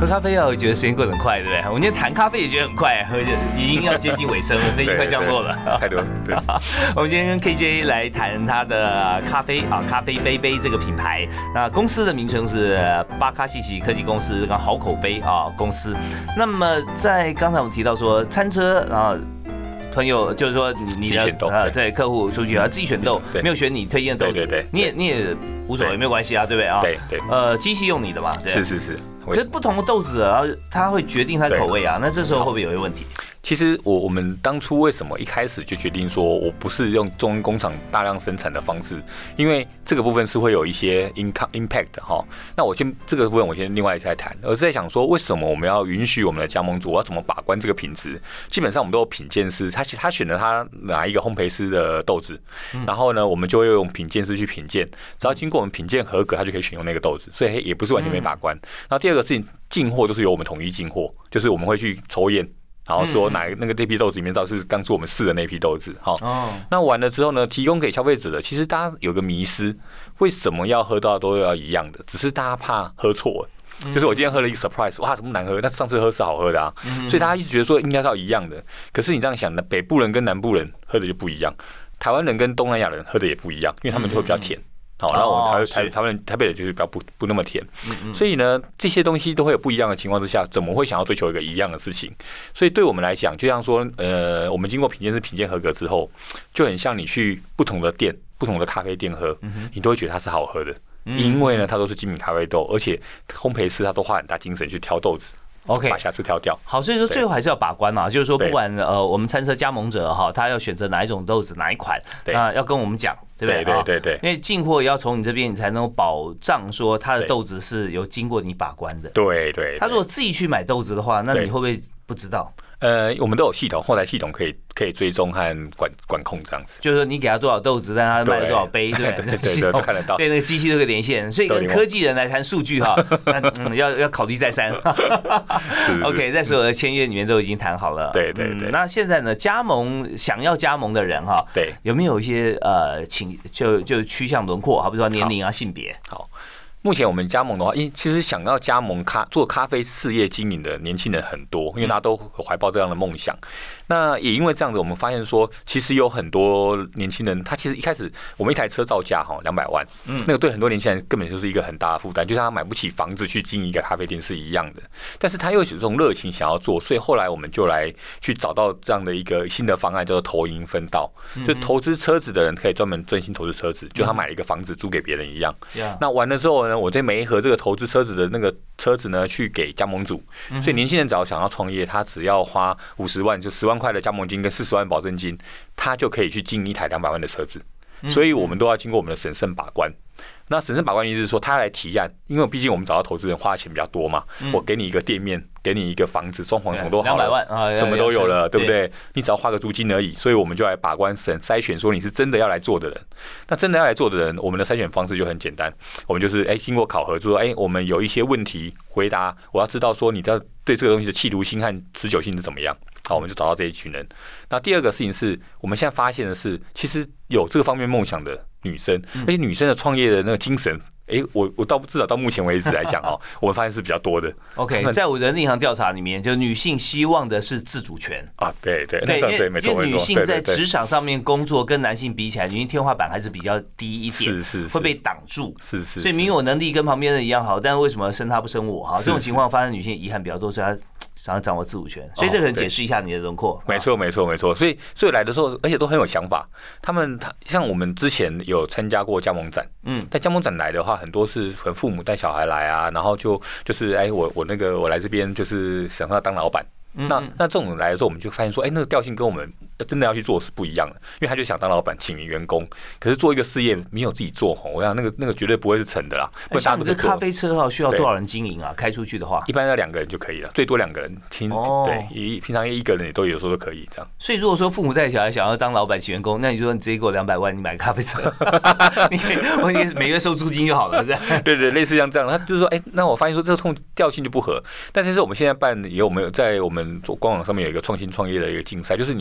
Speaker 1: 咖啡啊，我觉得时间过得很快，对不对？我们今天谈咖啡也觉得很快，已经要接近尾声了，飞机快降落了。
Speaker 2: 太多。对。
Speaker 1: 我们今天跟 K J 来谈他的咖啡啊，咖啡杯杯这个品牌。那公司的名称是巴卡西奇科技公司，跟好口碑啊公司。那么在刚才我们提到说餐车啊。朋友就是说你你的呃对客户出去啊自己选豆，没有选你推荐的豆子，对对对，你也你也无所谓，没有关系啊，对不对啊？对对。呃，机器用你的嘛，对。
Speaker 2: 是是是。
Speaker 1: 可是不同的豆子啊，它会决定它的口味啊，那这时候会不会有一个问题？
Speaker 2: 其实我我们当初为什么一开始就决定说我不是用中央工厂大量生产的方式，因为这个部分是会有一些 impact 哈。那我先这个部分我先另外再谈，而是在想说为什么我们要允许我们的加盟主，我要怎么把关这个品质？基本上我们都有品鉴师，他他选了他哪一个烘焙师的豆子，然后呢我们就会用品鉴师去品鉴，只要经过我们品鉴合格，他就可以选用那个豆子，所以也不是完全没把关。然后第二个事情，进货都是由我们统一进货，就是我们会去抽验。然后说哪那个那批豆子里面到底是当初我们试的那批豆子，好，那完了之后呢，提供给消费者的，其实大家有个迷思，为什么要喝到都要一样的？只是大家怕喝错了，就是我今天喝了一个 surprise， 哇，怎么难喝？但上次喝是好喝的啊，所以大家一直觉得说应该要一样的。可是你这样想呢，北部人跟南部人喝的就不一样，台湾人跟东南亚人喝的也不一样，因为他们就会比较甜。好，然后我们台台台湾台北的就是比较不不那么甜，所以呢，这些东西都会有不一样的情况之下，怎么会想要追求一个一样的事情？所以对我们来讲，就像说，呃，我们经过品鉴师品鉴合格之后，就很像你去不同的店、不同的咖啡店喝，你都会觉得它是好喝的，因为呢，它都是精品咖啡豆，而且烘焙师他都花很大精神去挑豆子。OK， 把瑕疵挑掉。
Speaker 1: 好，所以说最后还是要把关嘛，就是说不管呃我们餐车加盟者哈，他要选择哪一种豆子哪一款，那要跟我们讲，对不对？对对对。因为进货也要从你这边，你才能保障说他的豆子是有经过你把关的。对对。他如果自己去买豆子的话，那你会不会不知道？呃，
Speaker 2: 我们都有系统，后台系统可以可以追踪和管管控这样子。
Speaker 1: 就是说你给他多少豆子，但他卖了多少杯，对不对？
Speaker 2: 对对，都看得到。
Speaker 1: 对，那个机器都可以连线，所以跟科技人来谈数据哈，嗯，要要考虑再三。OK， 在所有的签约里面都已经谈好了。对对对。那现在呢，加盟想要加盟的人哈，对，有没有一些呃倾就就趋向轮廓，好比说年龄啊、性别？好。
Speaker 2: 目前我们加盟的话，因其实想要加盟咖做咖啡事业经营的年轻人很多，因为大家都怀抱这样的梦想。那也因为这样子，我们发现说，其实有很多年轻人，他其实一开始我们一台车造价哈两百万，嗯，那个对很多年轻人根本就是一个很大的负担，就像他买不起房子去经营一个咖啡店是一样的。但是他又有这种热情想要做，所以后来我们就来去找到这样的一个新的方案，叫做投银分道，就投资车子的人可以专门专心投资车子，就他买了一个房子租给别人一样。那完了之后呢，我在每一盒这个投资车子的那个车子呢，去给加盟主，所以年轻人只要想要创业，他只要花五十万，就十万块的加盟金跟四十万保证金，他就可以去经营一台两百万的车子。所以我们都要经过我们的审慎把关。那审慎把关意思是说，他来提案，因为毕竟我们找到投资人花的钱比较多嘛，我给你一个店面，给你一个房子，装潢什么都好了，什么都有了，对不对？你只要花个租金而已，所以我们就来把关审筛选，说你是真的要来做的人。那真的要来做的人，我们的筛选方式就很简单，我们就是哎经过考核，就说哎我们有一些问题回答，我要知道说你的对这个东西的企图心和持久性是怎么样。好，我们就找到这一群人。那第二个事情是我们现在发现的是，其实有这个方面梦想的女生，而且女生的创业的那个精神，哎、欸，我我到至少到目前为止来讲哦，我们发现是比较多的。
Speaker 1: OK， 在我人力银行调查里面，就女性希望的是自主权
Speaker 2: 啊，对对
Speaker 1: 对，
Speaker 2: 对，对没错，
Speaker 1: 因为女性在职场上面工作跟男性比起来，女性天花板还是比较低一点，是是，会被挡住，是是。所以明明我能力跟旁边人一样好，但是为什么生他不生我？哈，这种情况发生，女性遗憾比较多，所以她想要掌握自主权，所以这个可能解释一下你的轮廓。
Speaker 2: 没错，没错，没错。所以，所以来的时候，而且都很有想法。他们，像我们之前有参加过加盟展，嗯，在加盟展来的话，很多是很父母带小孩来啊，然后就就是哎，我我那个我来这边就是想要当老板。那那这种来的时候，我们就发现说，哎、欸，那个调性跟我们真的要去做是不一样的，因为他就想当老板，请员工，可是做一个事业没有自己做，我想那个那个绝对不会是成的啦。
Speaker 1: 欸、像你这咖啡车哈，需要多少人经营啊？开出去的话，
Speaker 2: 一般要两个人就可以了，最多两个人。听、哦、对，一平常一个人也都有时候都可以这样。
Speaker 1: 所以如果说父母带小孩想要当老板请员工，那你就说你直接给我两百万，你买咖啡车，你我每月收租金就好了，这样。
Speaker 2: 对对，类似像这样，他就是说，哎、欸，那我发现说这个痛调性就不合，但是我们现在办也有没有在我们做官网上面有一个创新创业的一个竞赛，就是你来提案，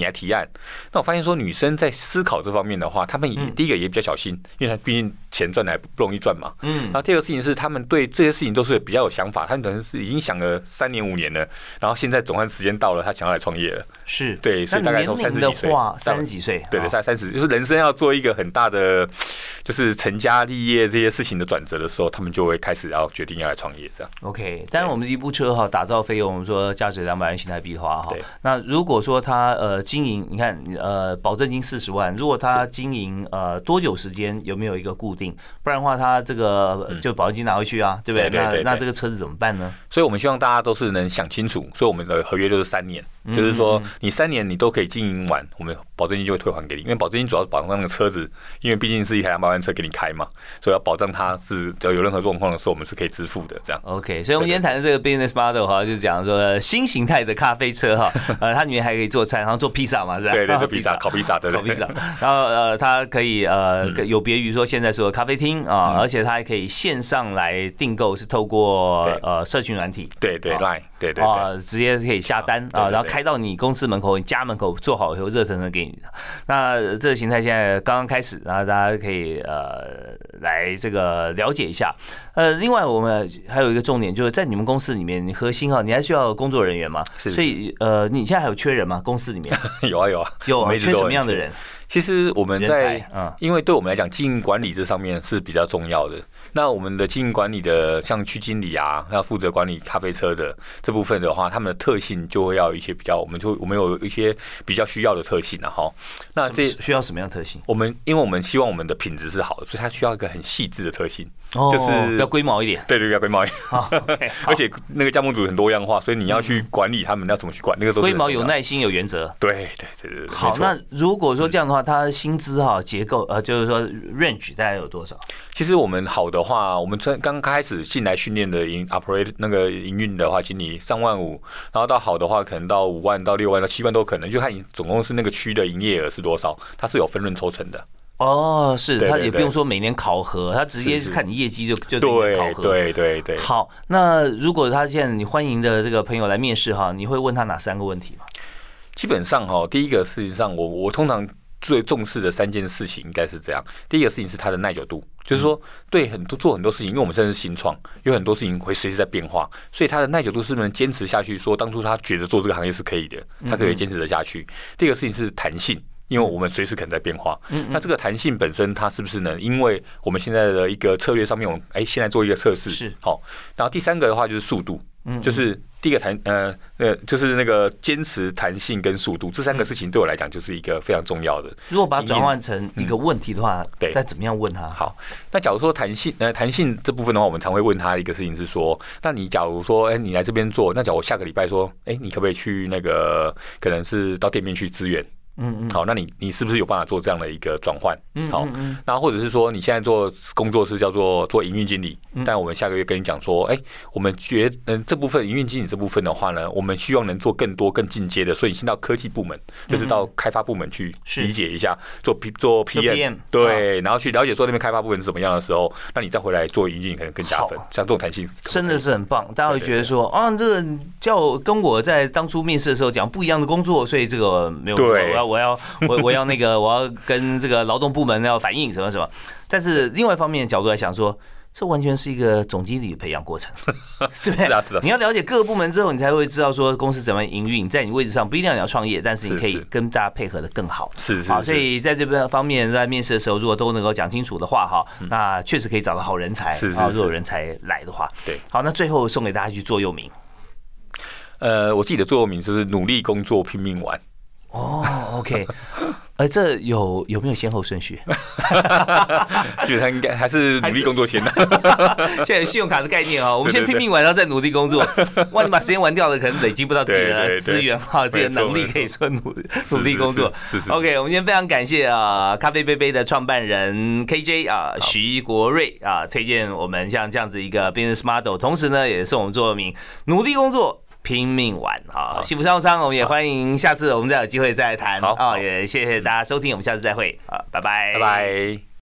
Speaker 2: 看。那我发现说，女生在思考这方面的话，她们也、嗯、第一个也比较小心，因为她毕竟钱赚的还不容易赚嘛。嗯。然后第二个事情是，她们对这些事情都是比较有想法，她们可能是已经想了三年五年了，然后现在总算时间到了，她想要来创业了。
Speaker 1: 是。
Speaker 2: 对，所以大概从三十几岁，
Speaker 1: 三十几岁，
Speaker 2: 对对，在三十，就是人生要做一个很大的，就是成家立业这些事情的转折的时候，他们就会开始要决定要来创业这样。
Speaker 1: OK， 当然我们一部车哈，打造费用我们说价值两百万新台币的话哈，那如果说他呃经营，你看呃保证金四十万，如果他经营呃多久时间有没有一个固定？不然的话他这个就保证金拿回去啊，对不对？
Speaker 2: 对对对对，
Speaker 1: 那那这个车子怎么办呢？
Speaker 2: 所以我们希望大家都是能想清楚，所以我们的合约就是三年，就是说你三年你都可以经营完，我们保证金就会退还给你，因为保证金主要是保障那个车子，因为毕竟是一台两百万车给你开嘛，所以要保障它是只要有任何状况的时候，我们是可以支付的。这样
Speaker 1: OK， 所以我们今天谈的这个 business model 哈，就是讲说新形态的咖啡车哈，呃，它里面还可以做菜，然后做披萨嘛，是吧？
Speaker 2: 对对，做披萨，烤披萨，对
Speaker 1: 烤披萨。然后呃，它可以呃有别于说现在说的咖啡厅啊，而且它还可以线上来订购，是透过呃社群软体，
Speaker 2: 对对 Line， 对对啊，
Speaker 1: 直接可以下单啊，然后开到你公司门口、你家门口，做好以后热腾腾给你。那这个形态现在刚刚开始，然后大家可以呃来这个了解一下。呃，另外我们还有一个重点，就是在你们公司里面，你核心哈，你还需要工作人员嘛？
Speaker 2: 是。
Speaker 1: 所以呃，你现在还有缺人吗？公司里面
Speaker 2: 有啊有啊
Speaker 1: 有啊，缺什么样的人？
Speaker 2: 其实我们在，因为对我们来讲，经营管理这上面是比较重要的。那我们的经营管理的，像区经理啊，要负责管理咖啡车的这部分的话，他们的特性就会要有一些比较，我们就我们有一些比较需要的特性啊，哈。那这
Speaker 1: 需要什么样的特性？
Speaker 2: 我们因为我们希望我们的品质是好的，所以它需要一个很细致的特性。
Speaker 1: 哦，
Speaker 2: 就是
Speaker 1: 要龟毛一点，
Speaker 2: 对对，要龟毛一点。Okay, 而且那个加盟组很多样化，所以你要去管理他们，要怎么去管，那个都是
Speaker 1: 龟毛有耐心有原则。
Speaker 2: 对对对对对。
Speaker 1: 好，那如果说这样的话，它薪资哈结构呃，就是说 range 大概有多少？
Speaker 2: 其实我们好的话，我们刚开始进来训练的营 operate 那个营运的话，经理三万五，然后到好的话，可能到五万到六万到七万都可能，就看你总共是那个区的营业额是多少，它是有分润抽成的。
Speaker 1: 哦，是，他也不用说每年考核，他直接看你业绩就就对考核。
Speaker 2: 对对对。
Speaker 1: 好，那如果他现在你欢迎的这个朋友来面试哈，你会问他哪三个问题吗？
Speaker 2: 基本上哈，第一个事情上，我我通常最重视的三件事情应该是这样。第一个事情是他的耐久度，就是说对很多做很多事情，因为我们现在是新创，有很多事情会随时在变化，所以他的耐久度是不是能坚持下去？说当初他觉得做这个行业是可以的，他可以坚持得下去。第二个事情是弹性。因为我们随时可能在变化，那这个弹性本身它是不是呢？因为我们现在的一个策略上面，我们哎现在做一个测试，
Speaker 1: 是
Speaker 2: 好。然后第三个的话就是速度，就是第一个弹呃呃就是那个坚持、弹性跟速度这三个事情对我来讲就是一个非常重要的。
Speaker 1: 如果把它转换成一个问题的话，对，该怎么样问他？
Speaker 2: 好，那假如说弹性呃弹性这部分的话，我们常会问他一个事情是说，那你假如说哎你来这边做，那假如我下个礼拜说哎你可不可以去那个可能是到店面去支援？嗯嗯，好，那你你是不是有办法做这样的一个转换？嗯，好，那或者是说你现在做工作是叫做做营运经理，但我们下个月跟你讲说，哎，我们觉嗯这部分营运经理这部分的话呢，我们希望能做更多更进阶的，所以你先到科技部门，就是到开发部门去理解一下，做 P 做 P M， 对，然后去了解说那边开发部门是怎么样的时候，那你再回来做营运经理可能更加分，像这种弹性
Speaker 1: 真的是很棒。大家会觉得说啊，这个叫我跟我在当初面试的时候讲不一样的工作，所以这个没有我要。我要我我要那个我要跟这个劳动部门要反映什么什么，但是另外一方面的角度来想说，这完全是一个总经理的培养过程，对不对？
Speaker 2: 是啊是啊。
Speaker 1: 你要了解各个部门之后，你才会知道说公司怎么营运，在你位置上不一定你要创业，但是你可以跟大家配合的更好。
Speaker 2: 是是。
Speaker 1: 好，所以在这边方面，在面试的时候，如果都能够讲清楚的话，哈，那确实可以找到好人才。
Speaker 2: 是是。
Speaker 1: 如果有人才来的话，
Speaker 2: 对。
Speaker 1: 好，那最后送给大家一句座右铭。
Speaker 2: 呃，我自己的座右铭就是努力工作，拼命玩。
Speaker 1: 哦 ，OK， 呃，这有有没有先后顺序？
Speaker 2: 基本上应该还是努力工作先的。
Speaker 1: 现在有信用卡的概念啊，我们先拼命玩，然后再努力工作。哇，你把时间玩掉了，可能累积不到自己的资源哈，自己的能力可以说努努力工作。
Speaker 2: 是是。
Speaker 1: OK， 我们今天非常感谢啊，咖啡杯杯的创办人 K J 啊，徐国瑞啊，推荐我们像这样子一个 business model， 同时呢，也是我们座右铭：努力工作。拼命玩啊！幸福商务舱，我们也欢迎下次我们再有机会再谈啊！也谢谢大家收听，我们下次再会啊！拜拜，
Speaker 2: 拜拜。